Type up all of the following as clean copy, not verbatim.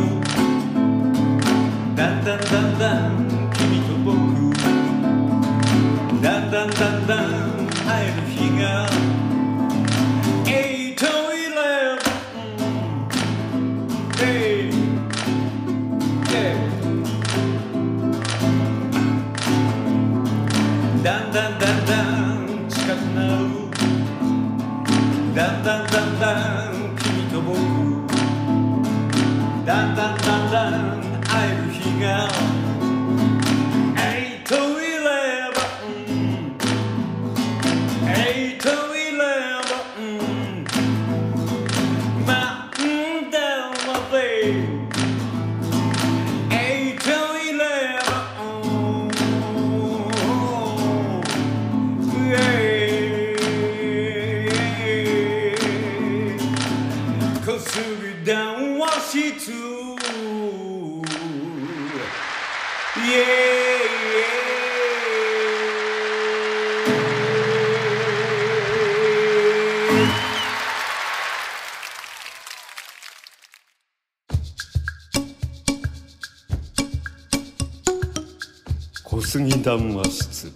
だんだんだんだん君と僕だんだんだんだん会える日が8 to 11 だんだんだんだん近くなるだんだんだんだん君と僕だんだんだんだん会える日が8 to 11 8 to 11Man down my way 8 to 11 小杉談話室小杉談話室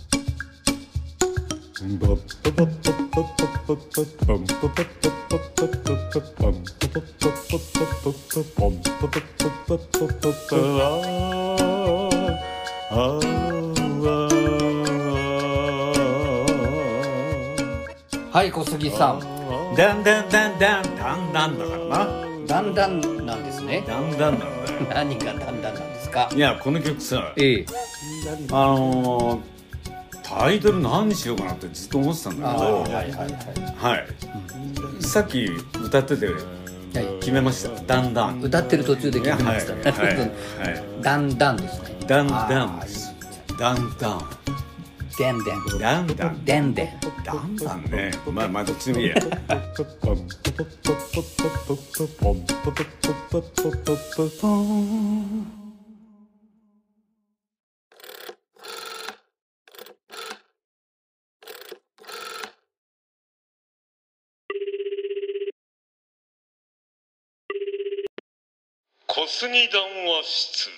はい、小杉さん。 だんだんだんだんだんだんだからな。 だんだんなんですね。 だんだんなんだよ。 何がだんだんなんですか。 いやこの曲さ、タイトル何にしようかなってずっと思ってたんだけど、はい、さっき歌ってて決めました。だんだん。 歌ってる途中で決めました。だんだんですね。 だんだんです。だんだん。 でんでん。 だんだん。 でんでん。 だんだんね。まあどっちでもいいや。小杉談話室。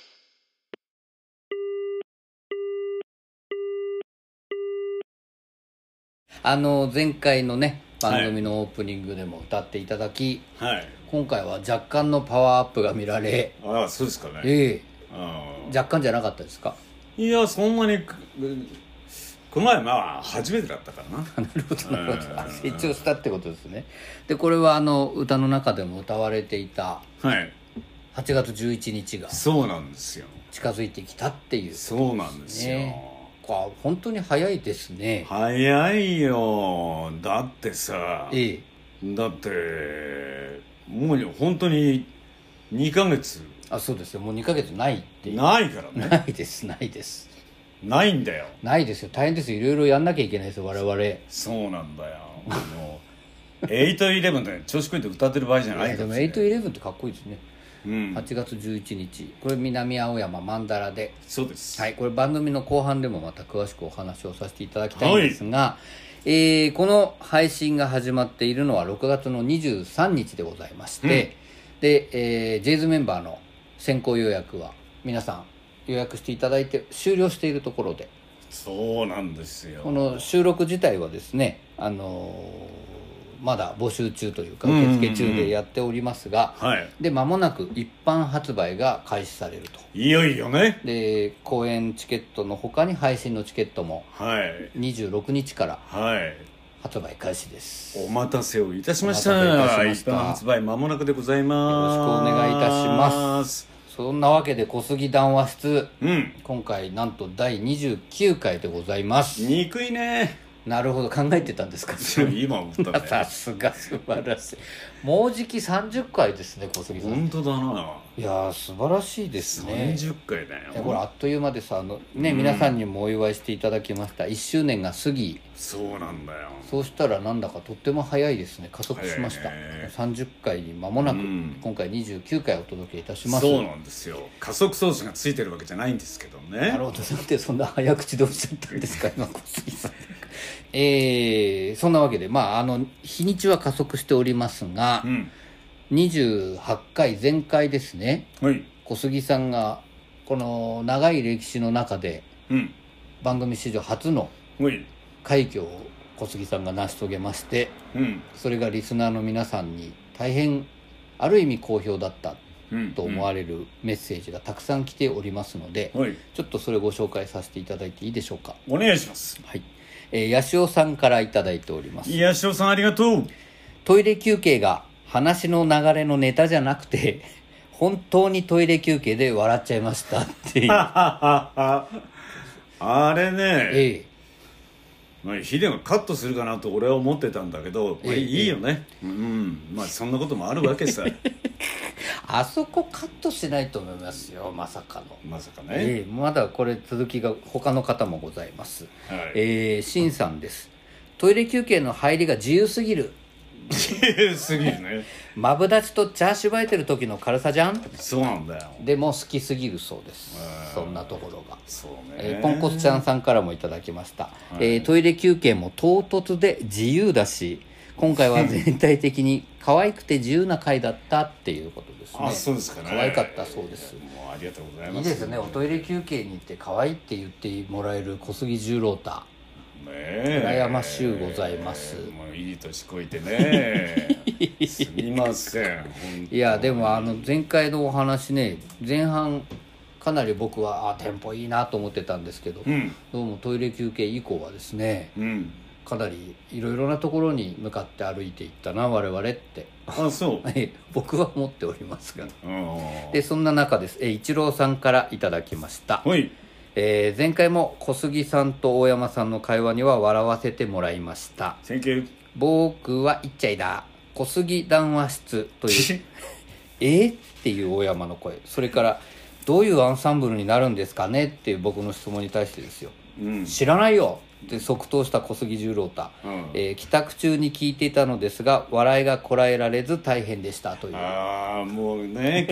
前回のね番組のオープニングでも歌っていただき、 はい、今回は若干のパワーアップが見られ、 ああそうですかね、 若干じゃなかったですか。 いやそんなにこの前初めてだったからな。 なるほどなるほど、成長したってことですね。でこれは歌の中でも歌われていた、はい、8月11日がそうなんですよ、 近づいてきたっていう、 そうなんですよ。 本当に早いですね。 早いよ。だってさ、だってもう本当に2ヶ月。 あ、そうですよ、もう2ヶ月ないっていう。 ないからね。 ないですないです。 ないんだよ。 ないですよ、大変ですよ、いろいろやんなきゃいけないですよ我々。 そうなんだよ。もう8-11で調子こいて歌ってる場合じゃないからね。 でも8-11ってかっこいいですね。8月11日、これ南青山曼荼羅で。 そうです、 はい、これ番組の後半でもまた詳しくお話をさせていただきたいんですが、この配信が始まっているのは6月の23日でございまして、で、ジェイズメンバーの先行予約は皆さん予約していただいて終了しているところで。 そうなんですよ。 この収録自体はですね、まだ募集中というか受付中でやっておりますが、で間もなく一般発売が開始されると。 いよいよね。 で公演チケットの他に配信のチケットも26日から発売開始です。 お待たせをいたしました。一般発売間もなくでございます。 よろしくお願いいたします。そんなわけで小杉談話室、今回なんと第29回でございます。 憎いね。 なるほど、考えてたんですか。 今思ったね。 さすが素晴らしい。もうじき30回ですね、小杉さん。 本当だな。 いや素晴らしいですね。 30回だよ。 これあっという間でさ、皆さんにもお祝いしていただきました。1周年が過ぎ。 そうなんだよ。 そうしたらなんだかとっても早いですね。加速しました。30回に間もなく、今回29回お届けいたします。 そうなんですよ。加速装置がついてるわけじゃないんですけどね。 なるほど。なんでそんな早口でおっしゃったんですか、今小杉さん。そんなわけで、日にちは加速しておりますが、 28回前回ですね、 はい、 小杉さんがこの長い歴史の中でうん、 番組史上初のはい、 快挙を小杉さんが成し遂げまして、 うん、 それがリスナーの皆さんに大変ある意味好評だったと思われるメッセージがたくさん来ておりますので、 はい、 ちょっとそれご紹介させていただいていいでしょうか。 お願いします。 はい、八潮さんからいただいております。 八潮さんありがとう。 トイレ休憩が話の流れのネタじゃなくて本当にトイレ休憩で笑っちゃいましたっていうあれね、 ええ、 ヒデがカットするかなと俺は思ってたんだけど、まあ、いいよね、うん、まあそんなこともあるわけさあそこカットしないと思いますよ、まさかの。 まさかね、 まだこれ続きが他の方もございます。 はい、 シンさんです。トイレ休憩の入りが自由すぎる。 自由すぎるね。 マブダチとチャーシュバえてる時の軽さじゃん。 そうなんだよ。 でも好きすぎるそうです。そんなところが。 そうね。 ポンコツちゃんさんからもいただきました。トイレ休憩も唐突で自由だし、今回は全体的に可愛くて自由な回だったっていうことですね。 あ、そうですかね。 可愛かったそうです。 もうありがとうございます。 いいですね。おトイレ休憩に行って可愛いって言ってもらえる小杉十郎太。羨ましゅうございます。 もういい年こいてねすみません。 いやでも前回のお話ね、前半かなり僕はテンポいいなと思ってたんですけど、どうもトイレ休憩以降はですね、かなりいろいろなところに向かって歩いていったな我々って。 あ、そう僕は思っておりますが、でそんな中です。一郎さんからいただきました。 はい。 前回も小杉さんと大山さんの会話には笑わせてもらいました。僕は言っちゃいだ小杉談話室というっていう大山の声、それからどういうアンサンブルになるんですかねっていう僕の質問に対してですよ、知らないよって即答した小杉十郎太、帰宅中に聞いていたのですが笑いがこらえられず大変でしたという。 ああもうね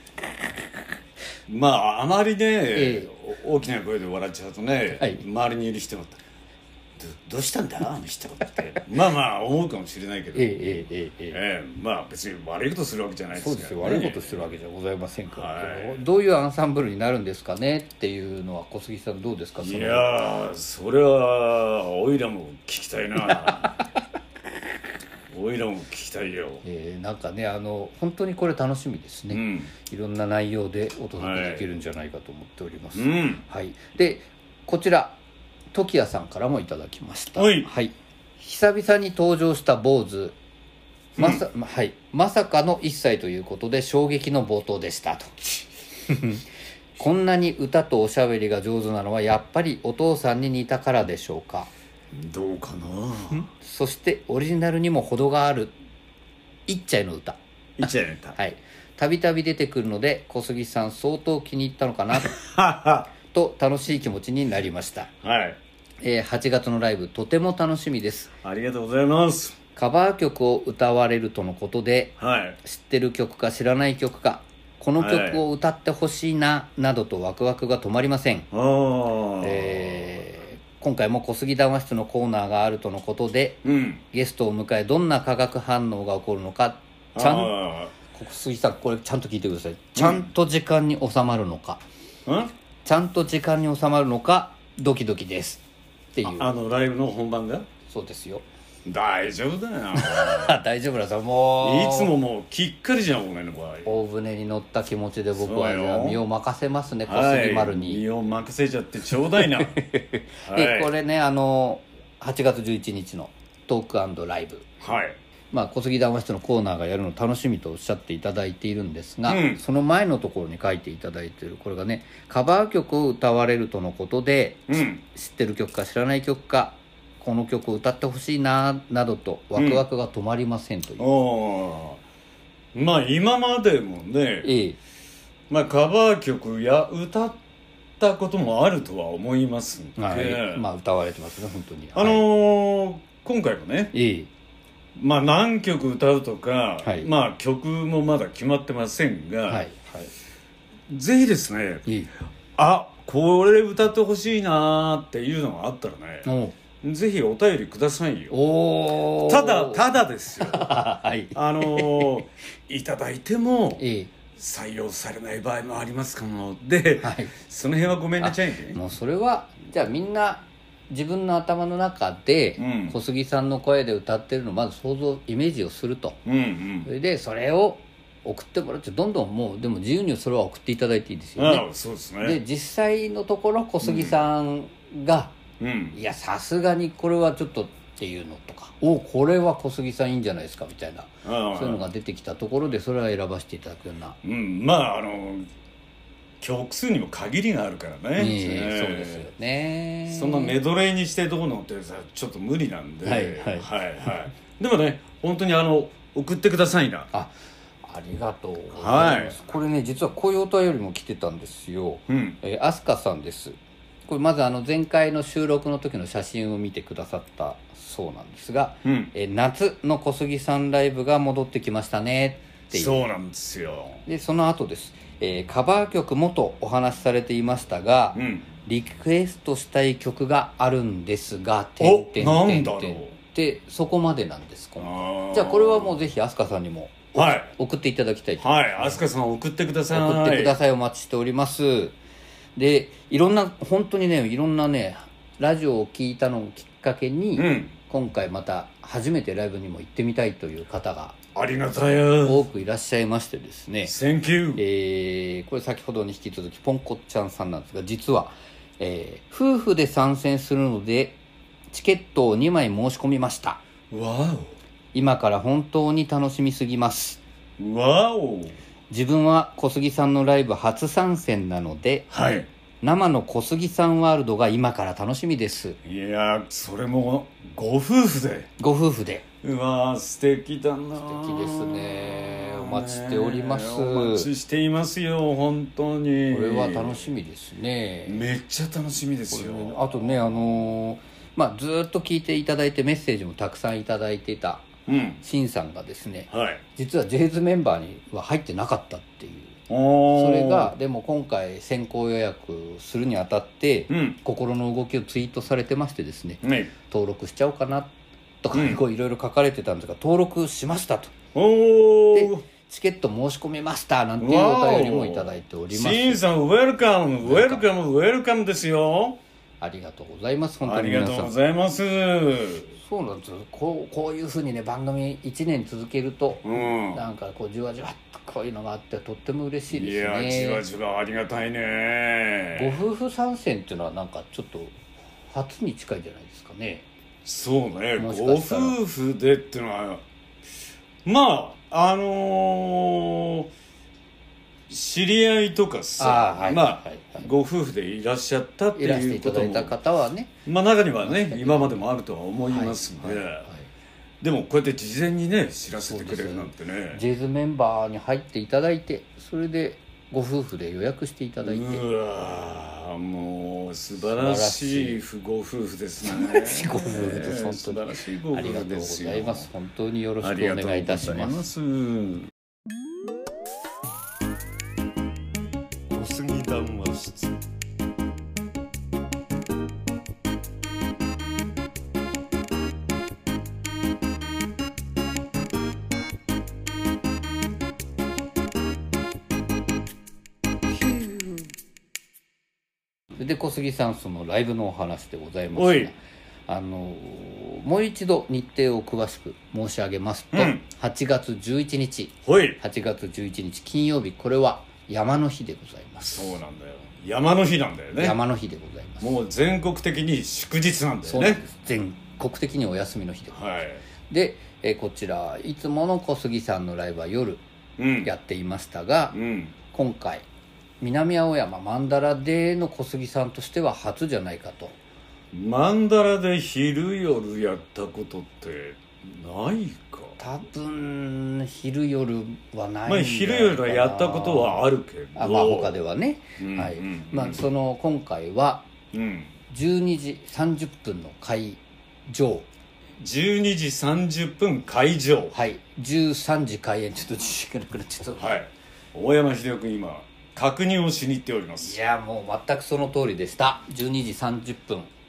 まああまりね、大きな声で笑っちゃうとね、周りにいる人もどうしたんだあの人ってまあまあ思うかもしれないけど、まあ別に悪いことするわけじゃないですからね。 そうですよ、悪いことするわけじゃございませんから、どういうアンサンブルになるんですかねっていうのは小杉さんどうですか。 いやそれはおいらも聞きたいなおいらも聞きたいよ。 なんかね本当にこれ楽しみですね、いろんな内容でお届けできるんじゃないかと思っております。はい、でこちら時矢さんからもいただきました。はい、久々に登場した坊主まさかの1歳ということで衝撃の冒頭でしたとこんなに歌とおしゃべりが上手なのはやっぱりお父さんに似たからでしょうか。 どうかな。 そしてオリジナルにも程があるいっちゃいの歌、たびたび出てくるので小杉さん相当気に入ったのかなと楽しい気持ちになりました。8月のライブとても楽しみです。 ありがとうございます。 カバー曲を歌われるとのことで、知ってる曲か知らない曲かこの曲を歌ってほしいな、などとワクワクが止まりません。今回も小杉談話室のコーナーがあるとのことで、ゲストを迎えどんな化学反応が起こるのか小杉さんこれちゃんと聞いてください。ちゃんと時間に収まるのか、ちゃんと時間に収まるのかドキドキですっていう。 ライブの本番が。 そうですよ。 大丈夫だよ大丈夫だぞ。もういつももうきっかりじゃん俺の場合。 大船に乗った気持ちで僕はじゃあ身を任せますね、小杉丸に。 身を任せちゃってちょうだいなでこれね8月11日のトーク&ライブ、小杉談話室のコーナーがやるの楽しみとおっしゃっていただいているんですが、その前のところに書いていただいているこれがね、カバー曲を歌われるとのことで、知ってる曲か知らない曲かこの曲を歌ってほしいななどとワクワクが止まりませんという、 まあ今までもね、カバー曲や歌ったこともあるとは思いますので、 歌われてますね本当に。 今回もね、何曲歌うとか、曲もまだ決まってませんが、ぜひですね、これ歌ってほしいなっていうのがあったらね、 ぜひお便りくださいよ。 おただですよはいいただいても採用されない場合もありますかので、はい、その辺はごめんなさいね。 もうそれはじゃあみんな自分の頭の中で、小杉さんの声で歌ってるのをまずイメージをすると、それでそれを送ってもらって、どんどんもうでも自由にそれは送っていただいていいですよね。 そうですね。 で実際のところ小杉さんが、いやさすがにこれはちょっとっていうのとか、これは小杉さんいいんじゃないですかみたいな、そういうのが出てきたところでそれは選ばせていただくような、 曲数にも限りがあるからね。 そうですよね。 そんなメドレーにしてどうのってさちょっと無理なんで、でもね本当に送ってくださいな。 ありがとうございます、これね実はこういうお便りも来てたんですよ。飛鳥さんです。これまず前回の収録の時の写真を見てくださったそうなんですが、夏の小杉さんライブが戻ってきましたねっていう。 そうなんですよ。 でその後です、カバー曲もとお話しされていましたが、リクエストしたい曲があるんですがなんだろうでそこまでなんです。じゃあこれはもうぜひ飛鳥さんにも送っていただきたいと思います。 飛鳥さん送ってください。 送ってください。お待ちしております。でいろんな本当にねいろんなねラジオを聞いたのをきっかけに、今回また初めてライブにも行ってみたいという方がありがたいよ多くいらっしゃいましてですね。 Thank you。 これ先ほどに引き続きポンコッちゃんさんなんですが、実は、夫婦で参戦するのでチケットを2枚申し込みました。 わお。 今から本当に楽しみすぎます。 わお。 自分は小杉さんのライブ初参戦なので、生の小杉さんワールドが今から楽しみです。 いやそれもご夫婦でうわ素敵だな。 素敵ですね。お待ちしております。 お待ちしていますよ本当に。 これは楽しみですね。 めっちゃ楽しみですよ。 あとねずっと聞いていただいてメッセージもたくさんいただいていたシンさんがですね、実はジェイズメンバーには入ってなかったっていう。それがでも今回先行予約するにあたって、心の動きをツイートされてましてですね、登録しちゃおうかなとかいろいろ書かれてたんですが、登録しましたと。でチケット申し込みましたなんていうお便りもいただいております。 シンさんウェルカムですよ。 ありがとうございます。 本当に皆さんありがとうございます。 そうなんですよ。こういうふうにね番組1年続けると、なんかじわじわっとこういうのがあってとっても嬉しいですね。 いやじわじわありがたいね。 ご夫婦参戦っていうのはなんかちょっと初に近いんじゃないですかね。 そうね。ご夫婦でっていうのは知り合いとかさ、ご夫婦でいらっしゃったっていうこともいらしていただいた方はね、 中にはね今までもあるとは思いますので、でもこうやって事前にね知らせてくれるなんてね。 ジェイズメンバーに入っていただいて、それでご夫婦で予約していただいて、 うわもう素晴らしいご夫婦ですね。 ご夫婦です。 素晴らしいご夫婦ですよ。 ありがとうございます。本当によろしくお願いいたします。 小杉談話室。 で小杉さんそのライブのお話でございますが、もう一度日程を詳しく申し上げますと、8月11日金曜日、これは山の日でございます。 そうなんだよ。山の日なんだよね。 山の日でございます。 もう全国的に祝日なんだよね。 そうです。全国的にお休みの日でございます。で、こちらいつもの小杉さんのライブは夜やっていましたが、今回南青山マンダラでの小杉さんとしては初じゃないかと。 マンダラで昼夜やったことってないか。 多分昼夜はないん昼夜はやったことはあるけど、 他ではね、その今回は12時30分の会場、 12時30分会場、 13時開演。ちょっと自信がなくなっちゃった。 大山秀夫君今確認をしに行っております。 いやもう全くその通りでした。12時30分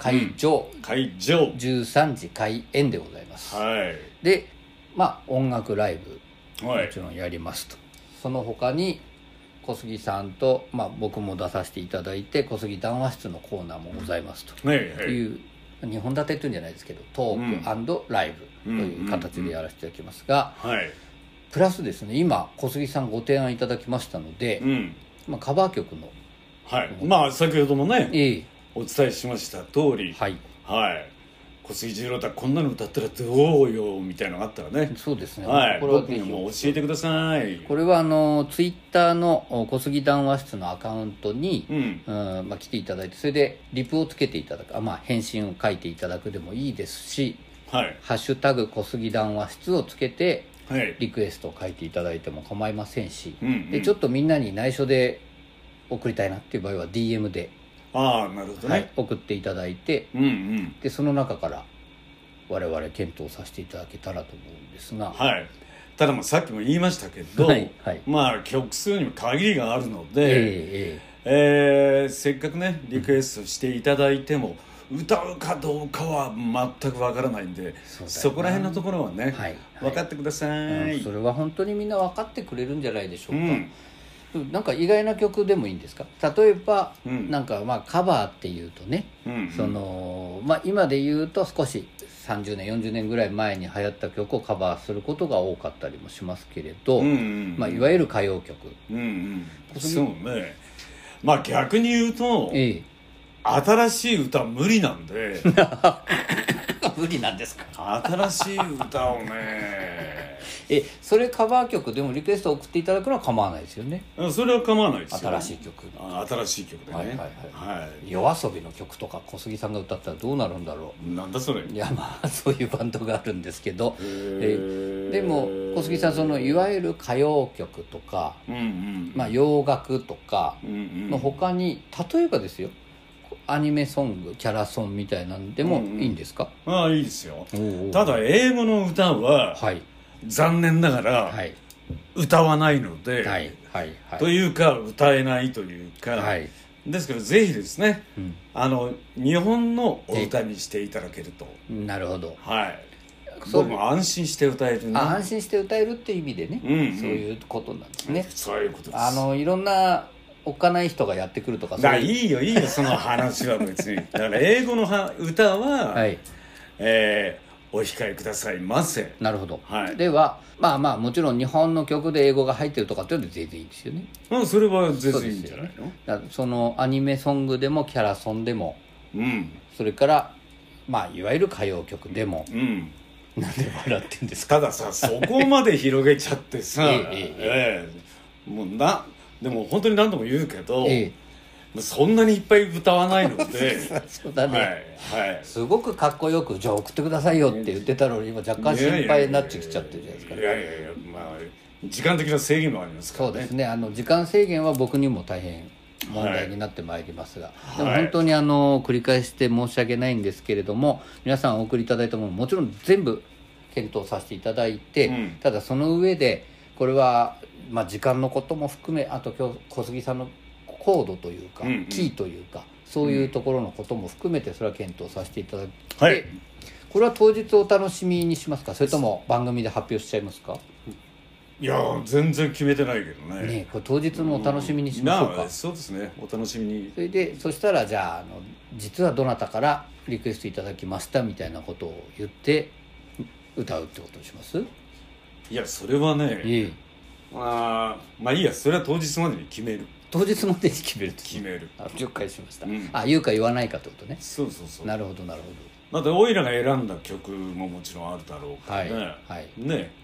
会場、 会場 13時開演でございます。 はい。 で音楽ライブもはいちろんやりますと。その他に小杉さんと、僕も出させていただいて小杉談話室のコーナーもございますという、2本立てっていうんじゃないですけどトーク&ライブという形でやらせていただきますが、プラスですね、今小杉さんご提案いただきましたので、カバー曲の、 先ほどもね、お伝えしました通り、小杉十郎太こんなの歌ったらどうよみたいなのがあったらね、 そうですね、 これは僕にも教えてください。 これはツイッターの小杉談話室のアカウントに、来ていただいて、それでリプをつけていただく、返信を書いていただくでもいいですし、ハッシュタグ小杉談話室をつけてリクエストを書いていただいても構いませんし、でちょっとみんなに内緒で送りたいなっていう場合は DM でなるほどね、 送っていただいて、でその中から我々検討させていただけたらと思うんですが、 たださっきも言いましたけど、曲数にも限りがあるので、せっかくねリクエストしていただいても、歌うかどうかは全くわからないんで、そこら辺のところはね、分かってください。 それは本当にみんな分かってくれるんじゃないでしょうか。なんか意外な曲でもいいんですか？例えば、なんかカバーっていうとね、今で言うと少し30年40年ぐらい前に流行った曲をカバーすることが多かったりもしますけれど、いわゆる歌謡曲、 そうね、逆に言うと、新しい歌は無理なんで無理なんですか？ 新しい歌をねそれカバー曲でもリクエストを送っていただくのは構わないですよね。 それは構わないですよ。 新しい曲、 新しい曲でね、 夜遊びの曲とか小杉さんが歌ったらどうなるんだろう。 なんだそれ。 いやそういうバンドがあるんですけど、でも小杉さんいわゆる歌謡曲とか、洋楽とかの他に、例えばですよ、アニメソング、キャラソンみたいなんでもいいんですか？ いいですよ。ただ英語の歌は、残念ながら、歌わないので、というか歌えないというか、ですからぜひですね、日本のお歌にしていただけると。 なるほど。 僕も安心して歌えるね。 安心して歌えるっていう意味でね、そういうことなんですね。 そういうことです。 いろんなおっかない人がやってくるとか、 いいよその話は別に。だから英語の歌は、お控えくださいませ。 なるほど。ではもちろん日本の曲で英語が入ってるとかっていうのは全然いいですよね。 それは全然いいんじゃないの？ そのアニメソングでもキャラソンでも、それからいわゆる歌謡曲でも、なんで笑ってんですか？ ただそこまで広げちゃってさもうでも本当に何度も言うけど、そんなにいっぱい歌わないのでそうだね、すごくかっこよくじゃあ送ってくださいよって言ってたのに、今若干心配になってきちゃってるじゃないですか。 時間的な制限もありますからね。 そうですね、時間制限は僕にも大変問題になってまいりますが、でも本当に繰り返して申し訳ないんですけれども、皆さんお送りいただいたものもちろん全部検討させていただいて、ただその上でこれは時間のことも含め、あと今日小杉さんのコードというか、キーというか、そういうところのことも含めてそれは検討させていただいて、これは当日お楽しみにしますか、それとも番組で発表しちゃいますか？ いや全然決めてないけどね。 これ当日のお楽しみにしましょうか。 そうですね、お楽しみに。 そしたらじゃあ実はどなたからリクエストいただきましたみたいなことを言って歌うってことにします？ いやそれはね、いいや、それは当日までに決める。 当日までに決める。了解しました。言うか言わないかってことね。 そう。 なるほど。だってオイラが選んだ曲ももちろんあるだろうからね。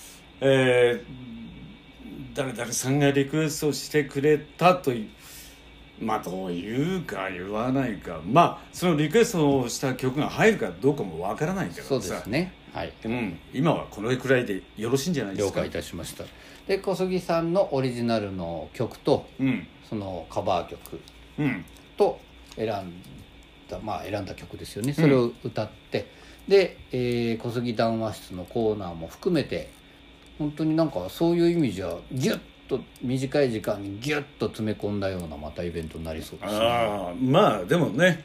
誰々さんがリクエストしてくれたとどう言うか言わないか、そのリクエストをした曲が入るかどうかもわからないけどさ。 そうですね。 今はこのくらいでよろしいんじゃないですか。 了解いたしました。で小杉さんのオリジナルの曲と、そのカバー曲と選んだ曲ですよね。それを歌って、で、小杉談話室のコーナーも含めて、本当になんかそういう意味じゃギュッと短い時間にギュッと詰め込んだようなまたイベントになりそうですね。 まあでもね、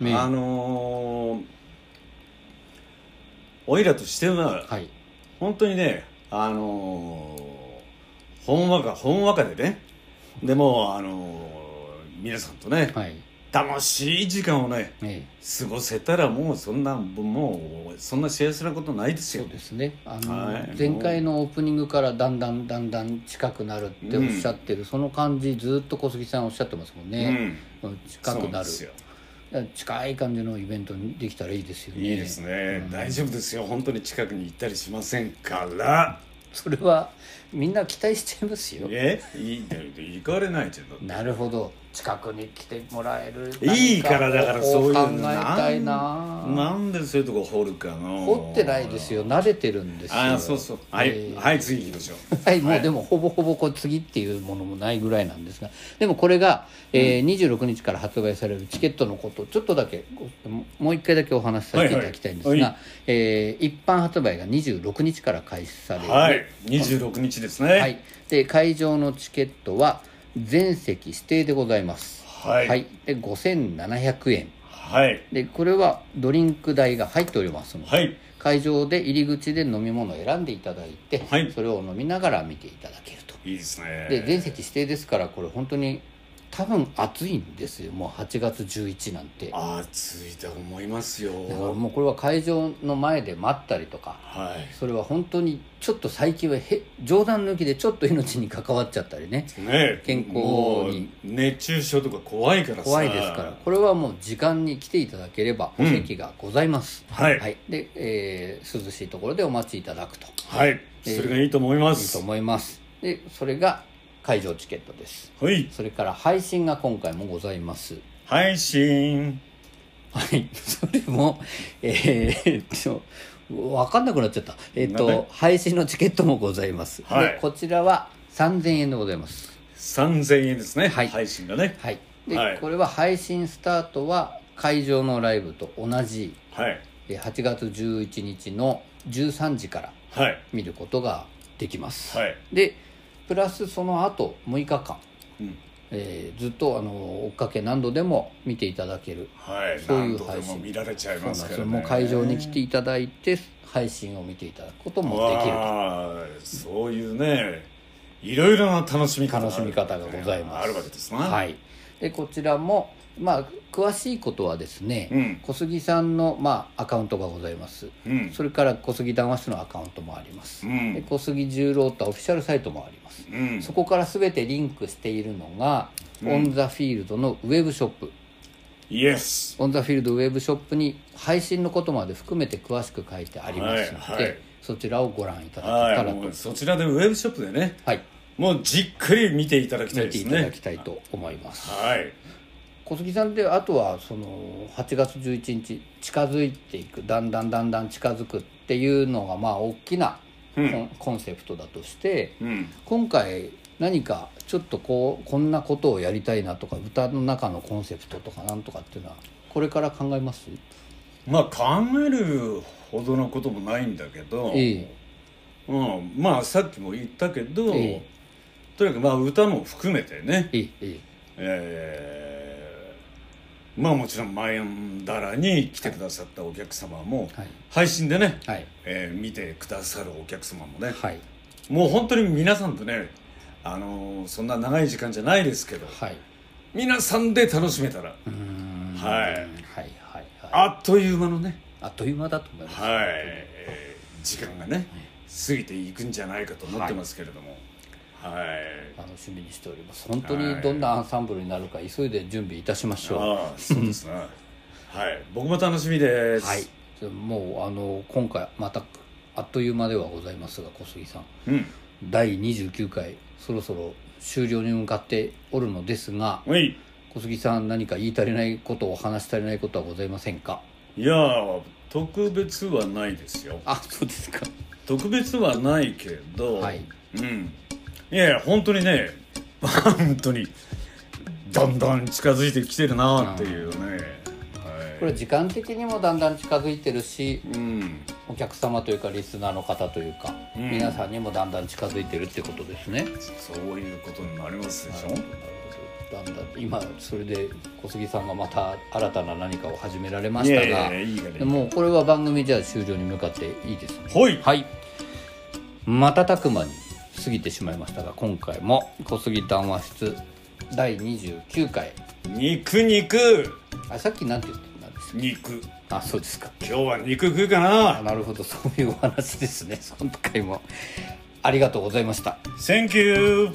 おいらとしては、はい、本当にね、ほんわかでね、でも皆さんとね、はい、楽しい時間をね、過ごせたらもうそんな幸せなことないですよ。 そうですね。前回のオープニングからだんだん近くなるっておっしゃってる、その感じずっと小杉さんおっしゃってますもんね。近くなる。近い感じのイベントにできたらいいですよね。 いいですね、大丈夫ですよ。本当に近くに行ったりしませんから。 それはみんな期待しちゃいますよ。 行かれないじゃん。 なるほど、近くに来てもらえるいいからだからそういうの考えたいなんでそういうとこ掘るかな。 掘ってないですよ、撫でてるんですよ。 そうはい、次行きましょう。 はい、もうでもほぼこう次っていうものもないぐらいなんですが、でもこれが、26日から発売されるチケットのことちょっとだけもう一回だけお話しさせていただきたいんですが、一般発売が26日から開始される。 はい、26日ですね。 はい、で会場のチケットは全席指定でございます。 はい、 で5700円。 はい、 でこれはドリンク代が入っておりますので、 はい、 会場で入り口で飲み物を選んでいただいて、はい、それを飲みながら見ていただけると。 いいですね。 で全席指定ですから、これ本当に多分暑いんですよ。もう8月11なんて暑いと思いますよ。 だからもうこれは会場の前で待ったりとか、 はい、 それは本当にちょっと最近は冗談抜きでちょっと命に関わっちゃったりね、健康に熱中症とか怖いからさ。 怖いですから、これはもう時間に来ていただければお席がございます。 はい、 はい、で、涼しいところでお待ちいただくと。 はい、それがいいと思います。 いいと思います。でそれが会場チケットです。 はい。 それから配信が今回もございます。 配信。 はい。それも分かんなくなっちゃった。配信のチケットもございます。はい。でこちらは3000円でございます。 3000円ですね。 はい。 配信がね。 はい。で、これは配信スタートは会場のライブと同じ。 はい。 8月11日の13時から見ることができます。 はい。 でプラスその後6日間、ずっと追っかけ何度でも見ていただける、 はい、 そういう配信。 何度でも見られちゃいますからね。 もう会場に来ていただいて配信を見ていただくこともできると。 そういうね、いろいろな楽しみ方がございます。 あるわけですね。 はい。でこちらも詳しいことはですね、小杉さんの、アカウントがございます、それから小杉談話室のアカウントもあります、で小杉十郎太オフィシャルサイトもあります、そこから全てリンクしているのが、オンザフィールドのウェブショップ、 イエスオンザフィールドウェブショップに配信のことまで含めて詳しく書いてありますので、そちらをご覧いただけたらと。 そちらでウェブショップでね、もうじっくり見ていただきたいですね。 見ていただきたいと思います。 はい。 小杉さんで、あとはその8月11日近づいていく、だんだん近づくっていうのが大きなコンセプトだとして、今回何かちょっとこんなことをやりたいなとか、歌の中のコンセプトとかなんとかっていうのはこれから考えます？ 考えるほどのこともないんだけど、さっきも言ったけど、とにかく歌も含めてね、もちろんマヤンダラに来てくださったお客様も、配信でね、見てくださるお客様もね、もう本当に皆さんとね、そんな長い時間じゃないですけど、皆さんで楽しめたら、あっという間のね、 あっという間だと思います。 時間がね、過ぎていくんじゃないかと思ってますけれども、 楽しみにしております。本当にどんなアンサンブルになるか急いで準備いたしましょう。そうですね。僕も楽しみです。 もう今回またあっという間ではございますが、小杉さん、第29回そろそろ終了に向かっておるのですが、小杉さん、何か言い足りないことを話し足りないことはございませんか？ いや、特別はないですよ。 そうですか。 特別はないけど、いや本当にね、本当にだんだん近づいてきてるなっていうね、 これ時間的にもだんだん近づいてるし、 お客様というかリスナーの方というか、皆さんにもだんだん近づいてるってことですね。 そういうことになりますでしょ。 だんだん今それで小杉さんがまた新たな何かを始められましたが、もうこれは番組じゃあ終了に向かっていいですね。はい、瞬く間に過ぎてしまいましたが、今回も小杉談話室第29回肉さっきなんて言ってたんですか？ 肉。 そうですか。 今日は肉食うかな。 なるほど、そういうお話ですね。今回もありがとうございました。 Thank you。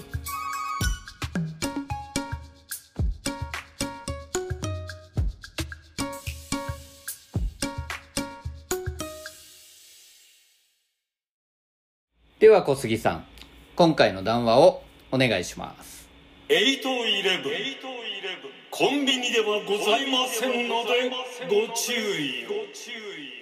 では小杉さん、今回の談話をお願いします。 8-11コンビニではございませんのでご注意を。